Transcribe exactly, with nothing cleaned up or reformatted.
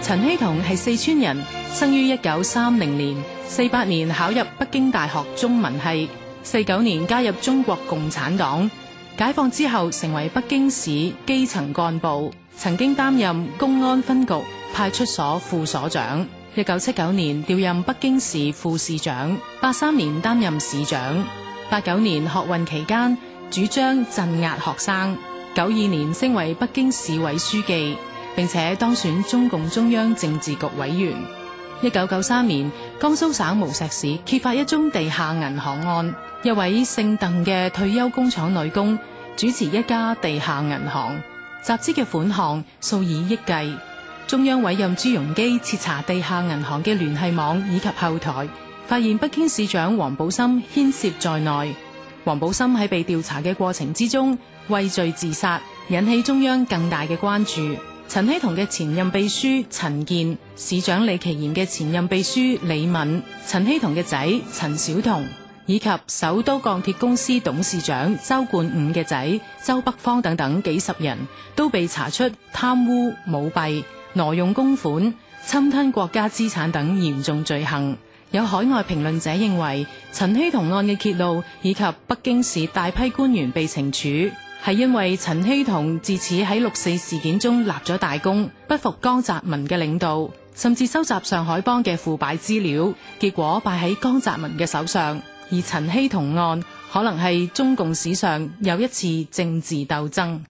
陳希同係四川人，生於一九三零年，四八年考入北京大學中文系，四九年加入中國共產黨。解放之後成為北京市基層幹部，曾經擔任公安分局派出所副所長。一九七九年調任北京市副市長，八三年擔任市長。八九年學運期間主張鎮壓學生，九二年升為北京市委書記，並且當選中共中央政治局委員。一九九三年，江蘇省無錫市揭發一宗地下銀行案，一位姓鄧嘅退休工廠女工主持一家地下銀行，集資嘅款項數以億計。中央委任朱鎔基徹查地下銀行嘅聯繫網以及後台，發現北京市長王寶森牽涉在內。王寶森喺被調查嘅過程之中畏罪自殺，引起中央更大嘅關注。陳希同嘅前任秘書陳健、市長李其賢嘅前任秘書李敏、陳希同嘅仔陳小同，以及首都鋼鐵公司董事長周冠午嘅仔周北方等等幾十人，都被查出貪污舞弊、挪用公款、侵吞國家資產等嚴重罪行。有海外評論者認為，陳希同案嘅揭露以及北京市大批官員被懲處，係因為陳希同自此喺六四事件中立咗大功，不服江澤民嘅領導，甚至收集上海幫嘅腐敗資料，結果敗喺江澤民嘅手上。而陳希同案可能係中共史上又一次政治鬥爭。